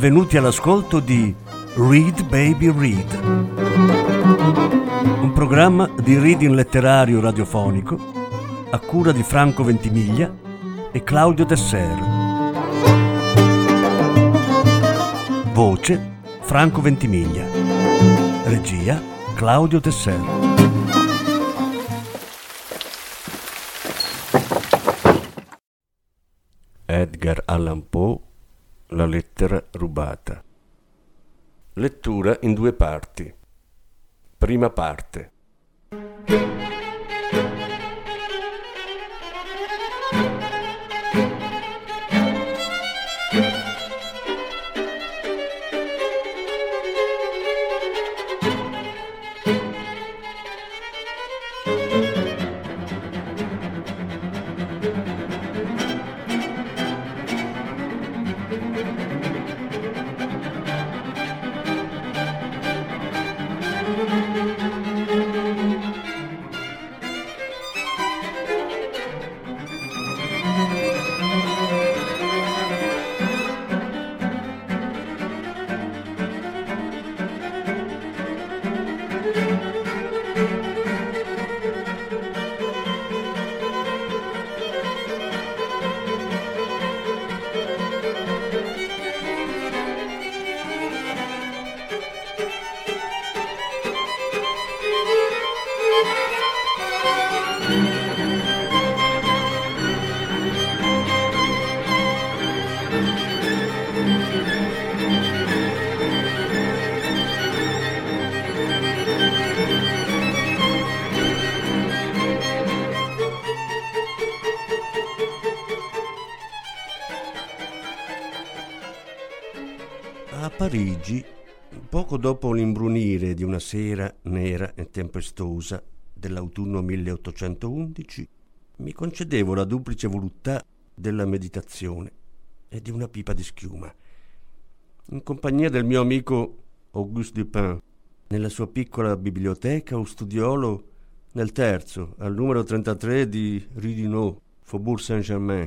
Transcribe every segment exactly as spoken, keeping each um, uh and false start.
benvenuti all'ascolto di Read Baby Read, un programma di reading letterario radiofonico a cura di Franco Ventimiglia e Claudio Desser. Voce Franco Ventimiglia. Regia Claudio Desser. Edgar Allan Poe, La lettera rubata. Lettura in due parti. Prima parte. A Parigi, poco dopo l'imbrunire di una sera nera e tempestosa dell'autunno milleottocentoundici, mi concedevo la duplice voluttà della meditazione e di una pipa di schiuma, in compagnia del mio amico Auguste Dupin, nella sua piccola biblioteca o studiolo nel terzo, al numero trentatré di Rue Dunôt, Faubourg Saint-Germain.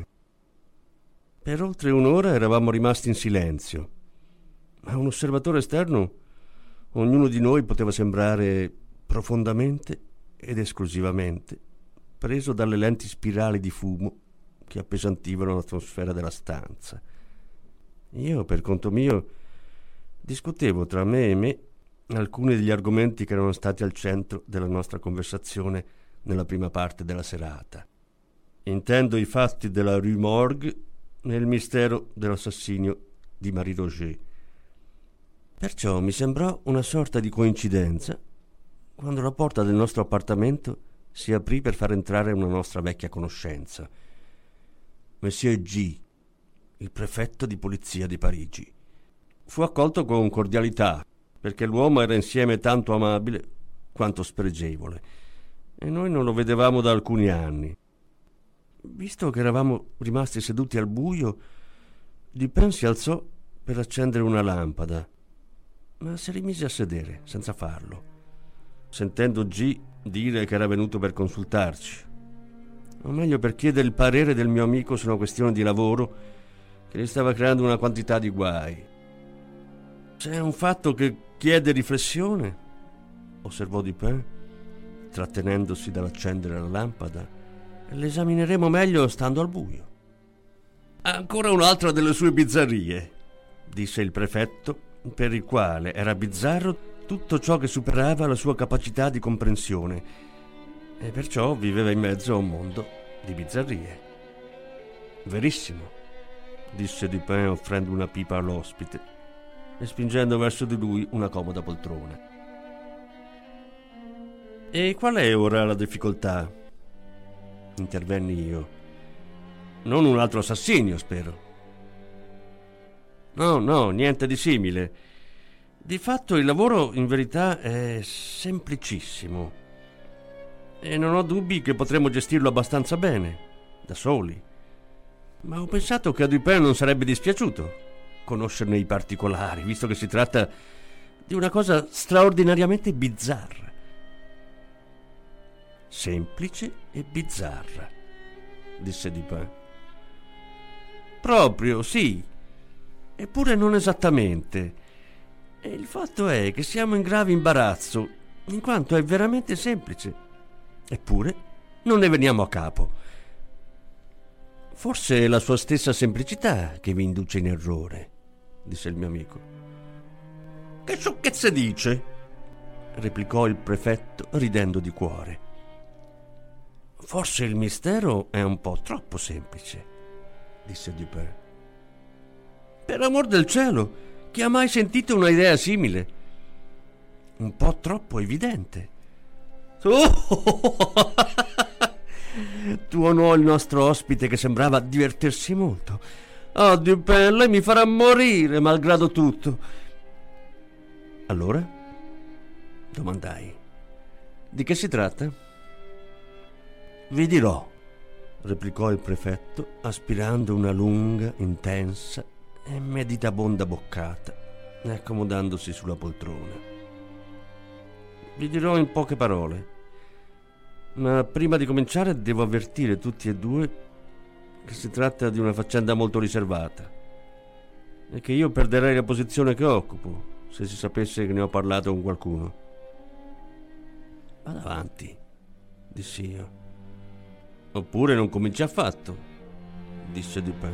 Per oltre un'ora eravamo rimasti in silenzio. A un osservatore esterno, ognuno di noi poteva sembrare profondamente ed esclusivamente preso dalle lenti spirali di fumo che appesantivano l'atmosfera della stanza. Io, per conto mio, discutevo tra me e me alcuni degli argomenti che erano stati al centro della nostra conversazione nella prima parte della serata. Intendo i fatti della Rue Morgue e il mistero dell'assassinio di Marie Roget. Perciò mi sembrò una sorta di coincidenza quando la porta del nostro appartamento si aprì per far entrare una nostra vecchia conoscenza, Monsieur G., il prefetto di polizia di Parigi. Fu accolto con cordialità, perché l'uomo era insieme tanto amabile quanto spregevole, e noi non lo vedevamo da alcuni anni. Visto che eravamo rimasti seduti al buio, Dupin si alzò per accendere una lampada, ma si rimise a sedere senza farlo, sentendo G dire che era venuto per consultarci, o meglio per chiedere il parere del mio amico su una questione di lavoro che gli stava creando una quantità di guai. «C'è un fatto che chiede riflessione», osservò Dupin, trattenendosi dall'accendere la lampada, «e l'esamineremo meglio stando al buio». «Ancora un'altra delle sue bizzarrie», disse il prefetto, per il quale era bizzarro tutto ciò che superava la sua capacità di comprensione, e perciò viveva in mezzo a un mondo di bizzarrie. «Verissimo», disse Dupin offrendo una pipa all'ospite e spingendo verso di lui una comoda poltrona. «E qual è ora la difficoltà?» intervenni io. «Non un altro assassinio, spero?» «No, no, niente di simile. Di fatto il lavoro in verità è semplicissimo e non ho dubbi che potremo gestirlo abbastanza bene, da soli. Ma ho pensato che a Dupin non sarebbe dispiaciuto conoscerne i particolari, visto che si tratta di una cosa straordinariamente bizzarra. Semplice e bizzarra, disse Dupin. Proprio, sì. Eppure non esattamente. E il fatto è che siamo in grave imbarazzo, in quanto è veramente semplice. Eppure non ne veniamo a capo. Forse è la sua stessa semplicità che vi induce in errore, disse il mio amico. Che sciocchezze dice? Replicò il prefetto ridendo di cuore. Forse il mistero è un po' troppo semplice, disse Dupin. Per amor del cielo, chi ha mai sentito un'idea simile? Un po' troppo evidente. Oh! Tuonò il nostro ospite, che sembrava divertirsi molto. Oh, Dupin, lei mi farà morire malgrado tutto. Allora? Domandai. Di che si tratta? Vi dirò, replicò il prefetto, aspirando una lunga, intensa e meditabonda boccata e accomodandosi sulla poltrona. Vi dirò in poche parole, ma prima di cominciare devo avvertire tutti e due che si tratta di una faccenda molto riservata e che io perderei la posizione che occupo se si sapesse che ne ho parlato con qualcuno. Vada avanti, dissi io. Oppure non cominci affatto, disse Dupin.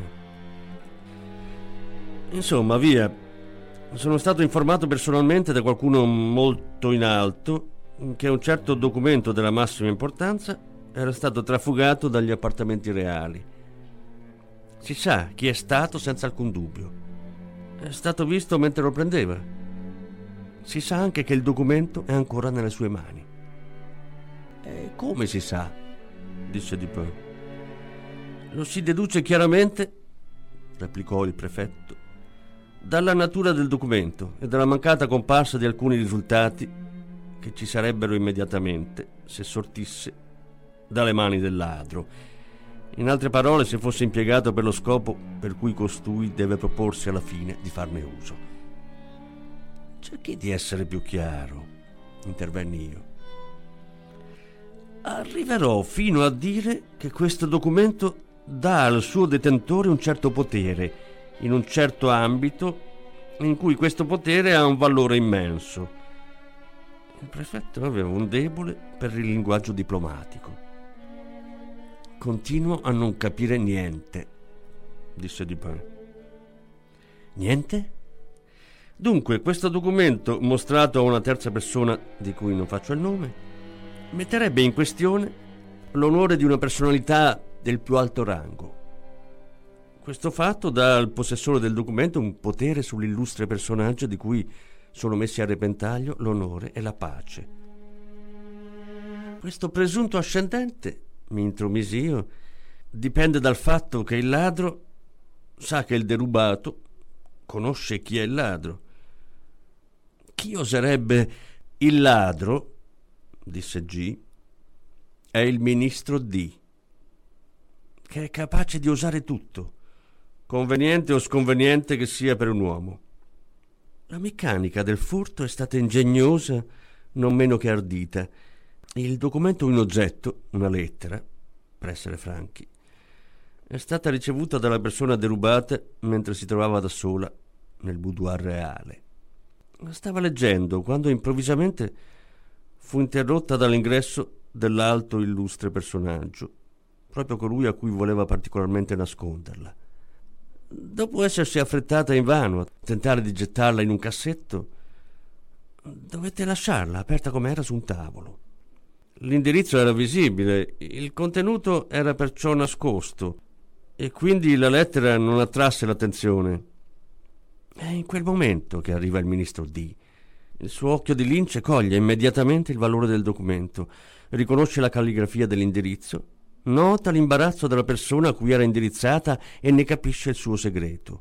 Insomma, via. Sono stato informato personalmente da qualcuno molto in alto che un certo documento della massima importanza era stato trafugato dagli appartamenti reali. Si sa chi è stato senza alcun dubbio. È stato visto mentre lo prendeva. Si sa anche che il documento è ancora nelle sue mani. E come si sa? Disse Dupin. Lo si deduce chiaramente, replicò il prefetto, dalla natura del documento e dalla mancata comparsa di alcuni risultati che ci sarebbero immediatamente se sortisse dalle mani del ladro. In altre parole, se fosse impiegato per lo scopo per cui costui deve proporsi alla fine di farne uso. Cerchi di essere più chiaro, intervenni io. Arriverò fino a dire che questo documento dà al suo detentore un certo potere, in un certo ambito in cui questo potere ha un valore immenso. Il prefetto aveva un debole per il linguaggio diplomatico. Continuo a non capire niente, disse Dupin. Niente? Dunque, questo documento, mostrato a una terza persona di cui non faccio il nome, metterebbe in questione l'onore di una personalità del più alto rango. Questo fatto dà al possessore del documento un potere sull'illustre personaggio di cui sono messi a repentaglio l'onore e la pace. Questo presunto ascendente, mi intromisi io, dipende dal fatto che il ladro sa che il derubato conosce chi è il ladro. Chi oserebbe il ladro, disse G, è il ministro D, che è capace di osare tutto, conveniente o sconveniente che sia per un uomo. La meccanica del furto è stata ingegnosa non meno che ardita. Il documento in oggetto, una lettera, per essere franchi, è stata ricevuta dalla persona derubata mentre si trovava da sola nel boudoir reale. La stava leggendo quando improvvisamente fu interrotta dall'ingresso dell'alto illustre personaggio, proprio colui a cui voleva particolarmente nasconderla. Dopo essersi affrettata invano a tentare di gettarla in un cassetto, dovette lasciarla aperta com'era su un tavolo. L'indirizzo era visibile, il contenuto era perciò nascosto e quindi la lettera non attrasse l'attenzione. È in quel momento che arriva il ministro D. Il suo occhio di lince coglie immediatamente il valore del documento, riconosce la calligrafia dell'indirizzo, nota l'imbarazzo della persona a cui era indirizzata e ne capisce il suo segreto.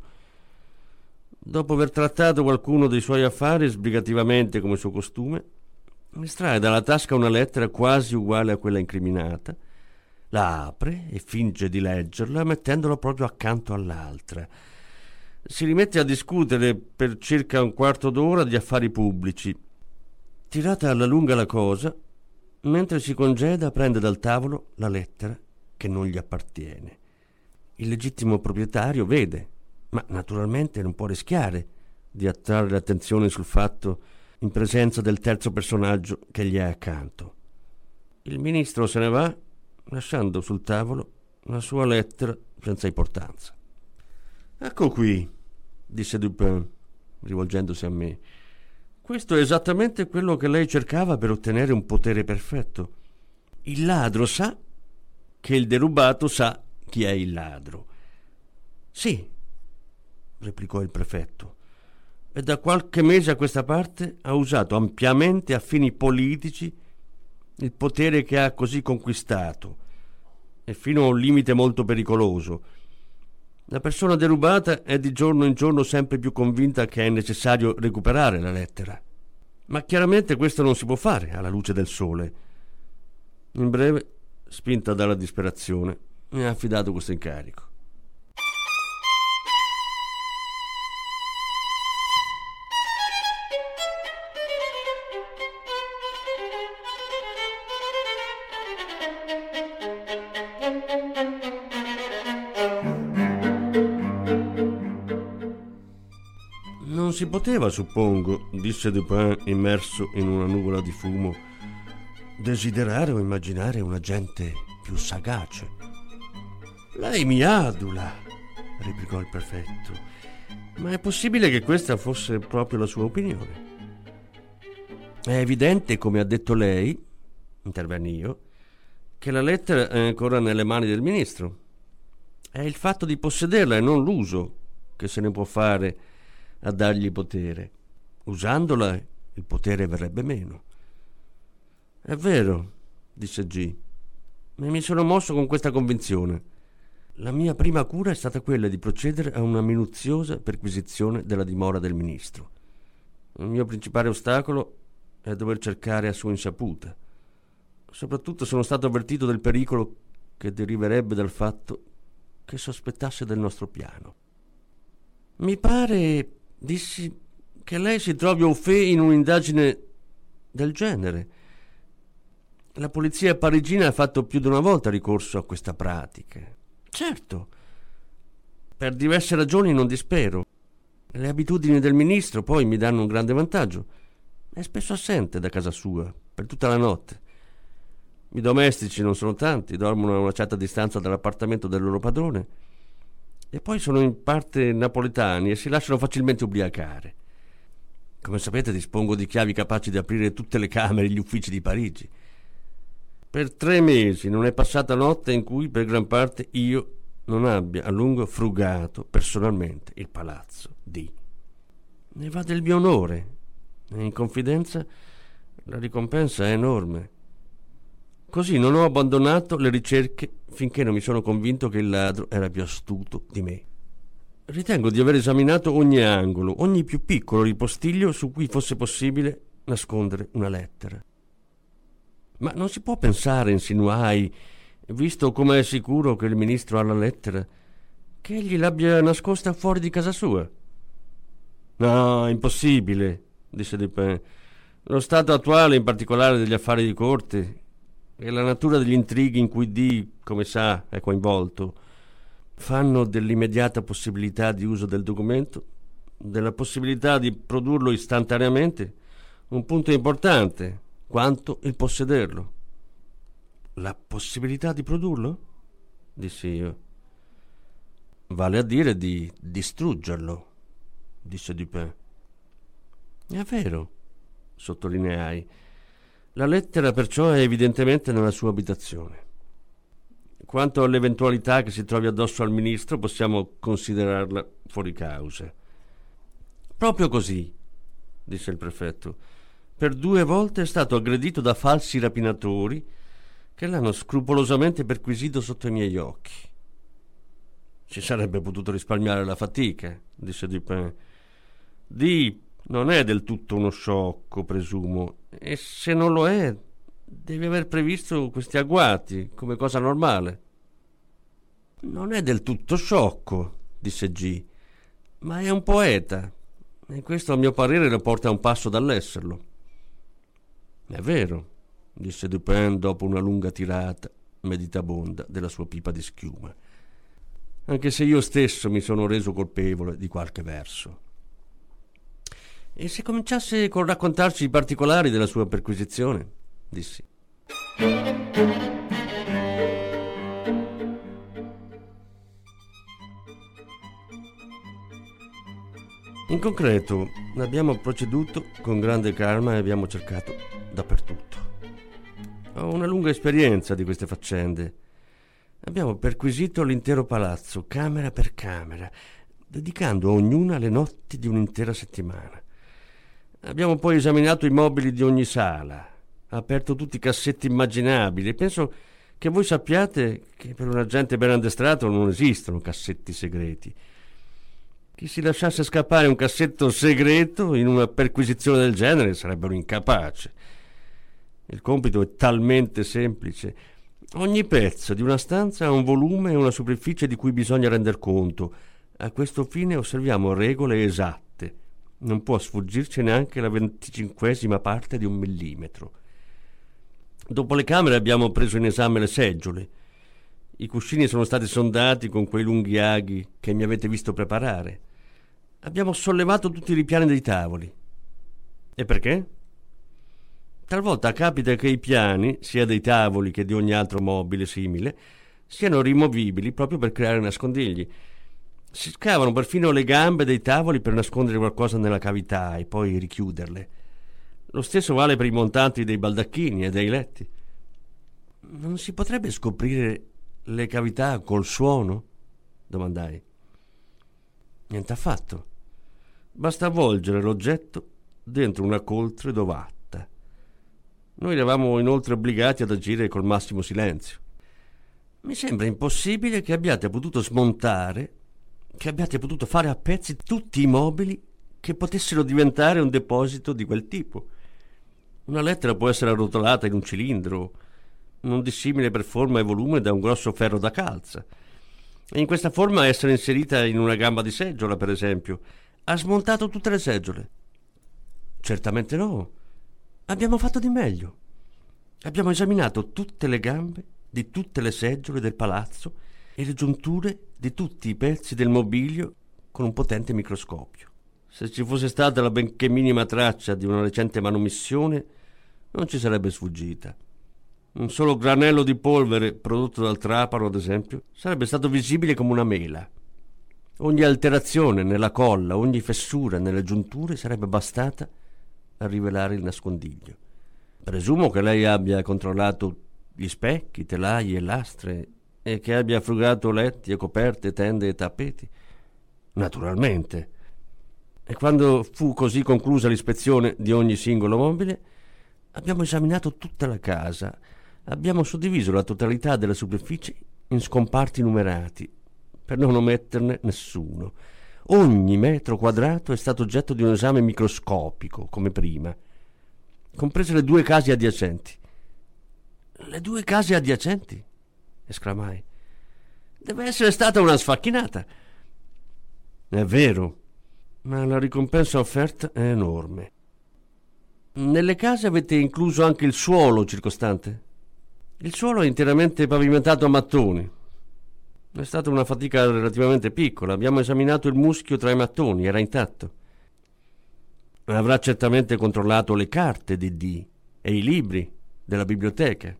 Dopo aver trattato qualcuno dei suoi affari sbrigativamente come suo costume, estrae dalla tasca una lettera quasi uguale a quella incriminata, la apre e finge di leggerla mettendola proprio accanto all'altra. Si rimette a discutere per circa un quarto d'ora di affari pubblici. Tirata alla lunga la cosa, mentre si congeda prende dal tavolo la lettera che non gli appartiene. Il legittimo proprietario vede ma naturalmente non può rischiare di attrarre l'attenzione sul fatto in presenza del terzo personaggio che gli è accanto. Il ministro se ne va, lasciando sul tavolo la sua lettera senza importanza. «Ecco qui», disse Dupin, rivolgendosi a me. «Questo è esattamente quello che lei cercava per ottenere un potere perfetto. Il ladro sa che il derubato sa chi è il ladro». «Sì», replicò il prefetto, «e da qualche mese a questa parte ha usato ampiamente a fini politici il potere che ha così conquistato, e fino a un limite molto pericoloso. La persona derubata è di giorno in giorno sempre più convinta che è necessario recuperare la lettera, ma chiaramente questo non si può fare alla luce del sole. In breve, spinta dalla disperazione, mi ha affidato questo incarico». «Non si poteva, suppongo», disse Dupin immerso in una nuvola di fumo, «desiderare o immaginare un agente più sagace». «Lei mi adula», replicò il prefetto, «ma è possibile che questa fosse proprio la sua opinione?» «È evidente, come ha detto lei», intervenni io, «che la lettera è ancora nelle mani del ministro. È il fatto di possederla e non l'uso che se ne può fare a dargli potere. Usandola il potere verrebbe meno». «È vero», disse G, «e mi sono mosso con questa convinzione. La mia prima cura è stata quella di procedere a una minuziosa perquisizione della dimora del ministro. Il mio principale ostacolo è dover cercare a sua insaputa. Soprattutto sono stato avvertito del pericolo che deriverebbe dal fatto che sospettasse del nostro piano. Mi pare, dissi, che lei si trovi au fait in un'indagine del genere. La polizia parigina ha fatto più di una volta ricorso a questa pratica». «Certo, per diverse ragioni non dispero. Le abitudini del ministro poi mi danno un grande vantaggio. È spesso assente da casa sua per tutta la notte. I domestici non sono tanti, dormono a una certa distanza dall'appartamento del loro padrone, e poi sono in parte napoletani e si lasciano facilmente ubriacare. Come sapete, dispongo di chiavi capaci di aprire tutte le camere e gli uffici di Parigi. Per tre mesi non è passata notte in cui per gran parte io non abbia a lungo frugato personalmente il palazzo di. Ne va del mio onore, e in confidenza la ricompensa è enorme. Così non ho abbandonato le ricerche finché non mi sono convinto che il ladro era più astuto di me. Ritengo di aver esaminato ogni angolo, ogni più piccolo ripostiglio su cui fosse possibile nascondere una lettera. Ma non si può pensare, insinuai, visto come è sicuro che il ministro ha la lettera, che egli l'abbia nascosta fuori di casa sua?» «No, impossibile», disse Dupin. «Lo stato attuale, in particolare degli affari di corte, e la natura degli intrighi in cui D, come sa, è coinvolto, fanno dell'immediata possibilità di uso del documento, della possibilità di produrlo istantaneamente, un punto importante quanto il possederlo». «La possibilità di produrlo?» dissi io. «Vale a dire di distruggerlo», disse Dupin. «È vero», sottolineai. «La lettera perciò è evidentemente nella sua abitazione. Quanto all'eventualità che si trovi addosso al ministro, possiamo considerarla fuori causa». «Proprio così», disse il prefetto. «Per due volte è stato aggredito da falsi rapinatori che l'hanno scrupolosamente perquisito sotto i miei occhi». «Si sarebbe potuto risparmiare la fatica», disse Dupin. «D non è del tutto uno sciocco, presumo, e se non lo è, deve aver previsto questi agguati come cosa normale». «Non è del tutto sciocco», disse G, «ma è un poeta, e questo a mio parere lo porta a un passo dall'esserlo». «È vero», disse Dupin dopo una lunga tirata meditabonda della sua pipa di schiuma. anche se io stesso mi sono reso colpevole di qualche verso. E se cominciasse col raccontarci i particolari della sua perquisizione? Dissi. In concreto, abbiamo proceduto con grande calma e abbiamo cercato dappertutto. Ho una lunga esperienza di queste faccende. Abbiamo perquisito l'intero palazzo, camera per camera, dedicando a ognuna le notti di un'intera settimana. Abbiamo poi esaminato i mobili di ogni sala, aperto tutti i cassetti immaginabili e penso che voi sappiate che per un agente ben addestrato non esistono cassetti segreti. Chi si lasciasse scappare un cassetto segreto in una perquisizione del genere sarebbe un incapace. Il compito è talmente semplice. Ogni pezzo di una stanza ha un volume e una superficie di cui bisogna render conto. A questo fine osserviamo regole esatte. Non può sfuggirci neanche la venticinquesima parte di un millimetro. Dopo le camere abbiamo preso in esame le seggiole. I cuscini sono stati sondati con quei lunghi aghi che mi avete visto preparare. Abbiamo sollevato tutti i ripiani dei tavoli. E perché? Talvolta capita che i piani, sia dei tavoli che di ogni altro mobile simile, siano rimovibili proprio per creare nascondigli. Si scavano perfino le gambe dei tavoli per nascondere qualcosa nella cavità e poi richiuderle. Lo stesso vale per i montanti dei baldacchini e dei letti. Non si potrebbe scoprire le cavità col suono? Domandai. Niente affatto. Basta avvolgere l'oggetto dentro una coltre dovata. Noi eravamo inoltre obbligati ad agire col massimo silenzio. Mi sembra impossibile che abbiate potuto smontare, che abbiate potuto fare a pezzi tutti i mobili che potessero diventare un deposito di quel tipo. Una lettera può essere arrotolata in un cilindro, non dissimile per forma e volume da un grosso ferro da calza, e in questa forma essere inserita in una gamba di seggiola, per esempio. Ha smontato tutte le seggiole? Certamente no. Abbiamo fatto di meglio. Abbiamo esaminato tutte le gambe di tutte le seggiole del palazzo e le giunture di tutti i pezzi del mobilio con un potente microscopio. Se ci fosse stata la benché minima traccia di una recente manomissione, non ci sarebbe sfuggita. Un solo granello di polvere prodotto dal trapano, ad esempio, sarebbe stato visibile come una mela. Ogni alterazione nella colla, ogni fessura nelle giunture sarebbe bastata a rivelare il nascondiglio. Presumo che lei abbia controllato gli specchi, telai e lastre e che abbia frugato letti e coperte, tende e tappeti. Naturalmente. E quando fu così conclusa l'ispezione di ogni singolo mobile, abbiamo esaminato tutta la casa. Abbiamo suddiviso la totalità della superficie in scomparti numerati, per non ometterne nessuno. Ogni metro quadrato è stato oggetto di un esame microscopico, come prima, comprese le due case adiacenti. Le due case adiacenti? Esclamai. Deve essere stata una sfacchinata. È vero, ma la ricompensa offerta è enorme. Nelle case avete incluso anche il suolo circostante? Il suolo è interamente pavimentato a mattoni. È stata una fatica relativamente piccola. Abbiamo esaminato il muschio tra i mattoni, era intatto. Avrà certamente controllato le carte di D e i libri della biblioteca.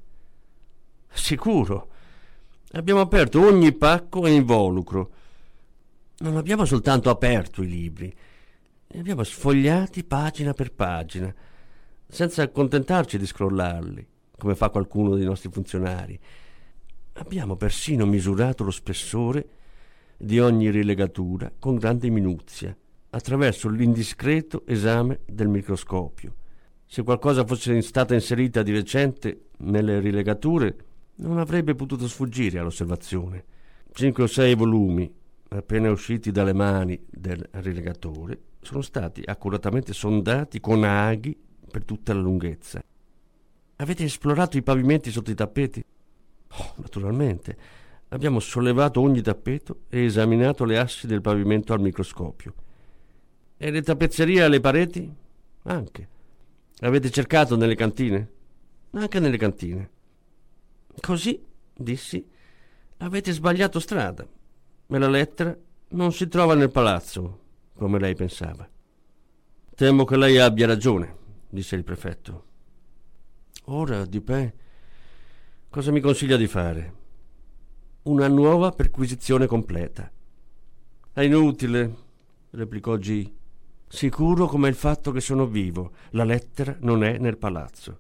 Sicuro. Abbiamo aperto ogni pacco e involucro. Non abbiamo soltanto aperto i libri, li abbiamo sfogliati pagina per pagina, senza accontentarci di scrollarli, come fa qualcuno dei nostri funzionari. Abbiamo persino misurato lo spessore di ogni rilegatura con grande minuzia, attraverso l'indiscreto esame del microscopio. Se qualcosa fosse stata inserita di recente nelle rilegature, non avrebbe potuto sfuggire all'osservazione. Cinque o sei volumi, appena usciti dalle mani del rilegatore, sono stati accuratamente sondati con aghi per tutta la lunghezza. Avete esplorato i pavimenti sotto i tappeti? Oh, naturalmente. Abbiamo sollevato ogni tappeto e esaminato le assi del pavimento al microscopio. E le tappezzerie alle pareti? Anche. Avete cercato nelle cantine? Anche nelle cantine. Così, dissi, avete sbagliato strada. e la lettera non si trova nel palazzo, come lei pensava. Temo che lei abbia ragione, disse il prefetto. Ora, Dupin, cosa mi consiglia di fare? Una nuova perquisizione completa. È inutile, replicò G. Sicuro come il fatto che sono vivo. La lettera non è nel palazzo.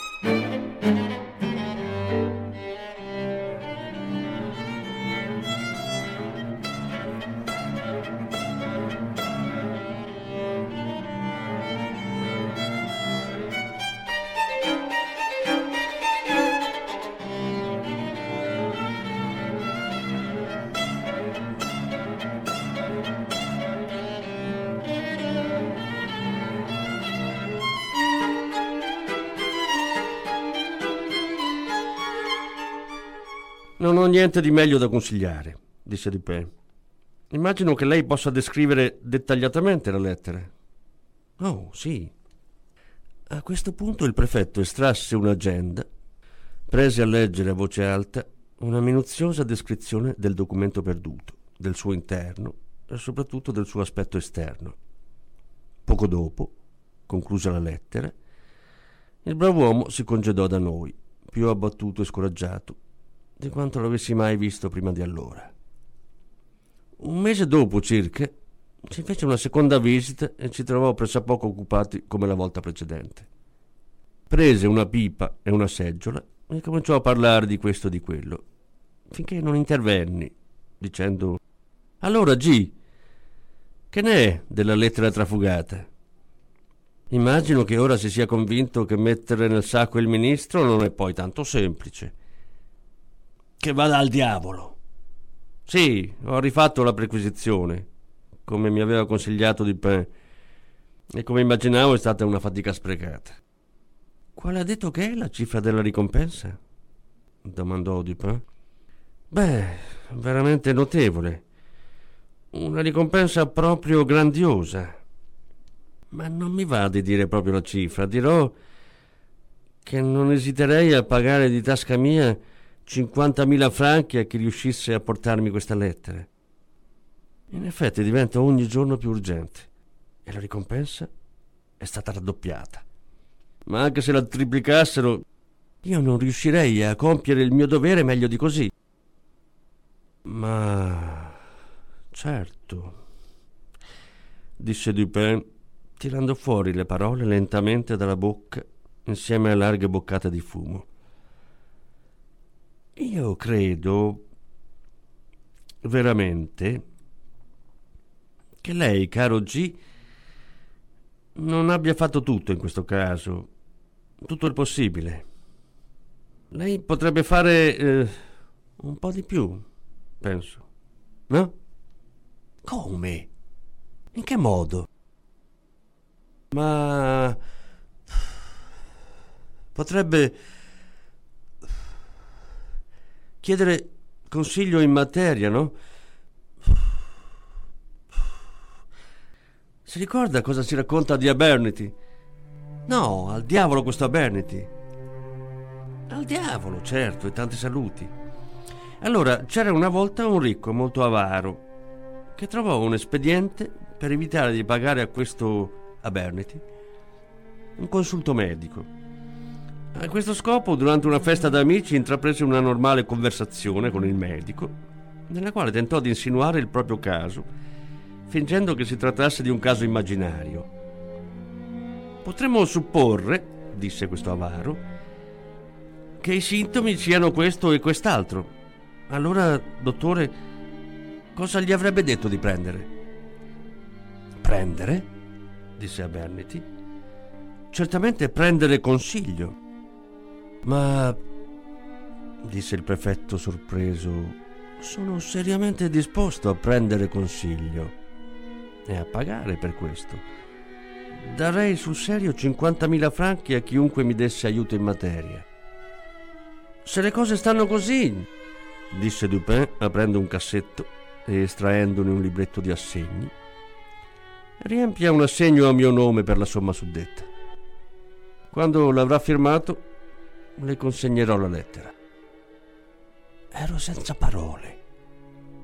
Non ho niente di meglio da consigliare, disse Dupin. Immagino che lei possa descrivere dettagliatamente la lettera. Oh, sì. A questo punto il prefetto estrasse un'agenda, prese a leggere a voce alta una minuziosa descrizione del documento perduto, del suo interno e soprattutto del suo aspetto esterno. Poco dopo, conclusa la lettera, il brav'uomo si congedò da noi, più abbattuto e scoraggiato di quanto l'avessi mai visto prima di allora. Un mese dopo circa si fece una seconda visita e ci trovò pressappoco occupati come la volta precedente. Prese una pipa e una seggiola e cominciò a parlare di questo e di quello, finché non intervenni, dicendo: «Allora, G, che ne è della lettera trafugata? Immagino che ora si sia convinto che mettere nel sacco il ministro non è poi tanto semplice». «Che vada al diavolo!» «Sì, ho rifatto la perquisizione, come mi aveva consigliato Dupin, e come immaginavo è stata una fatica sprecata». «Quale ha detto che è la cifra della ricompensa?» domandò Dupin. «Beh, veramente notevole. Una ricompensa proprio grandiosa. Ma non mi va di dire proprio la cifra. Dirò che non esiterei a pagare di tasca mia cinquantamila franchi a chi riuscisse a portarmi questa lettera. In effetti diventa ogni giorno più urgente e la ricompensa è stata raddoppiata. Ma anche se la triplicassero, io non riuscirei a compiere il mio dovere meglio di così». «Ma certo», disse Dupin, tirando fuori le parole lentamente dalla bocca insieme a larghe boccate di fumo. «Io credo veramente che lei, caro G, non abbia fatto tutto in questo caso, tutto il possibile. Lei potrebbe fare eh, un po' di più, penso. No?» «Come? In che modo?» «Ma potrebbe chiedere consiglio in materia, no? Si ricorda cosa si racconta di Abernethy?» «No, al diavolo questo Abernethy!» «Al diavolo, certo, e tanti saluti. Allora, c'era una volta un ricco molto avaro che trovò un espediente per evitare di pagare a questo Abernethy un consulto medico. A questo scopo, durante una festa d'amici, intraprese una normale conversazione con il medico, nella quale tentò di insinuare il proprio caso, fingendo che si trattasse di un caso immaginario. «Potremmo supporre», disse questo avaro, «che i sintomi siano questo e quest'altro. Allora, dottore, cosa gli avrebbe detto di prendere?» «Prendere?» disse Abernethy. «Certamente prendere consiglio». «Ma», disse il prefetto sorpreso, «sono seriamente disposto a prendere consiglio e a pagare per questo. Darei sul serio cinquantamila franchi a chiunque mi desse aiuto in materia». «Se le cose stanno così», disse Dupin, aprendo un cassetto e estraendone un libretto di assegni, «riempia un assegno a mio nome per la somma suddetta. Quando l'avrà firmato le consegnerò la lettera». Ero senza parole.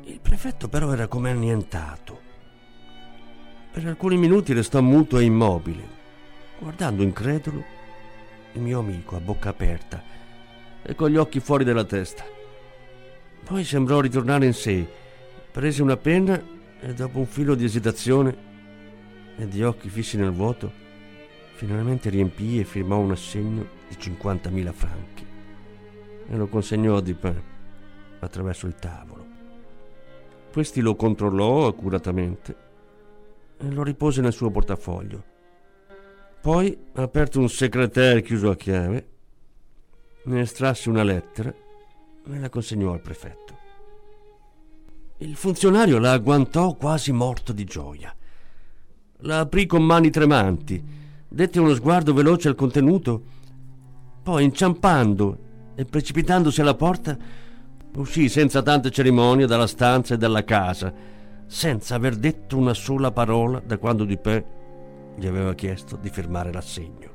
Il prefetto però era come annientato. Per alcuni minuti restò muto e immobile, guardando incredulo il mio amico a bocca aperta e con gli occhi fuori della testa. Poi sembrò ritornare in sé, prese una penna e dopo un filo di esitazione e di occhi fissi nel vuoto, finalmente riempì e firmò un assegno di cinquantamila franchi e lo consegnò a Dupin attraverso il tavolo. Questi lo controllò accuratamente e lo ripose nel suo portafoglio. Poi, aperto un secrétaire chiuso a chiave, ne estrasse una lettera e la consegnò al prefetto. Il funzionario la agguantò quasi morto di gioia. La aprì con mani tremanti, dette uno sguardo veloce al contenuto, poi, inciampando e precipitandosi alla porta, uscì senza tante cerimonie dalla stanza e dalla casa, senza aver detto una sola parola da quando Dupin gli aveva chiesto di firmare l'assegno.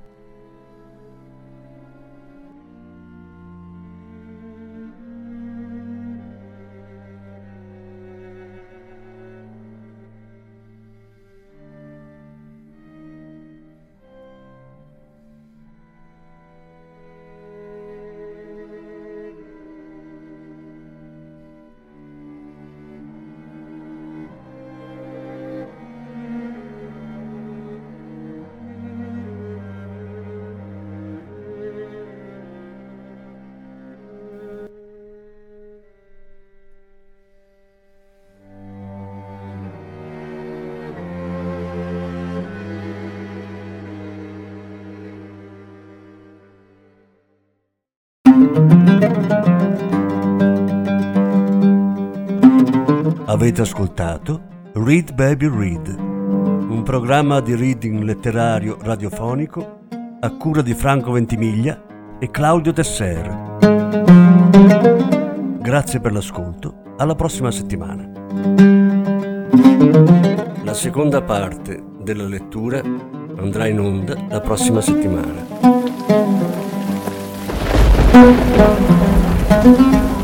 Avete ascoltato Read Baby Read, un programma di reading letterario radiofonico a cura di Franco Ventimiglia e Claudio Tesser. Grazie per l'ascolto, alla prossima settimana. La seconda parte della lettura andrà in onda la prossima settimana.